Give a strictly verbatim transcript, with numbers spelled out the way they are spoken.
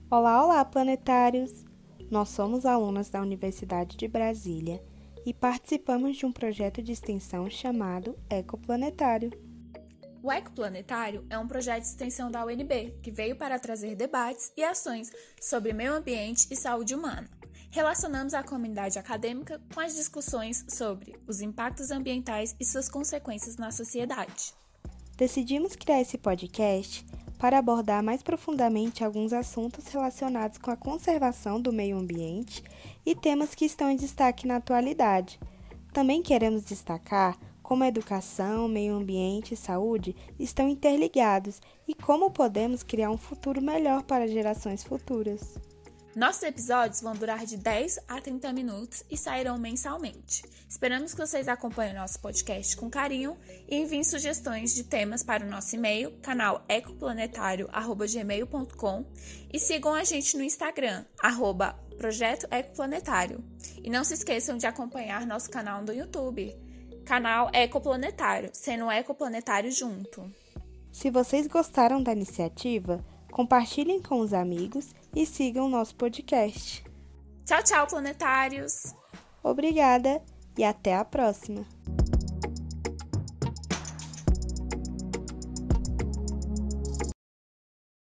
Olá, olá, planetários! Nós somos alunas da Universidade de Brasília e participamos de um projeto de extensão chamado Ecoplanetário. O Ecoplanetário é um projeto de extensão da U N B que veio para trazer debates e ações sobre meio ambiente e saúde humana. Relacionamos a comunidade acadêmica com as discussões sobre os impactos ambientais e suas consequências na sociedade. Decidimos criar esse podcast para abordar mais profundamente alguns assuntos relacionados com a conservação do meio ambiente e temas que estão em destaque na atualidade. Também queremos destacar como a educação, meio ambiente e saúde estão interligados e como podemos criar um futuro melhor para gerações futuras. Nossos episódios vão durar de dez a trinta minutos e sairão mensalmente. Esperamos que vocês acompanhem o nosso podcast com carinho e enviem sugestões de temas para o nosso e-mail, canal ecoplanetário arroba gmail ponto com, e sigam a gente no Instagram, arroba Projeto Ecoplanetário. E não se esqueçam de acompanhar nosso canal do YouTube, canal Ecoplanetário, sendo Ecoplanetário junto. Se vocês gostaram da iniciativa, compartilhem com os amigos e sigam o nosso podcast. Tchau, tchau, planetários! Obrigada e até a próxima!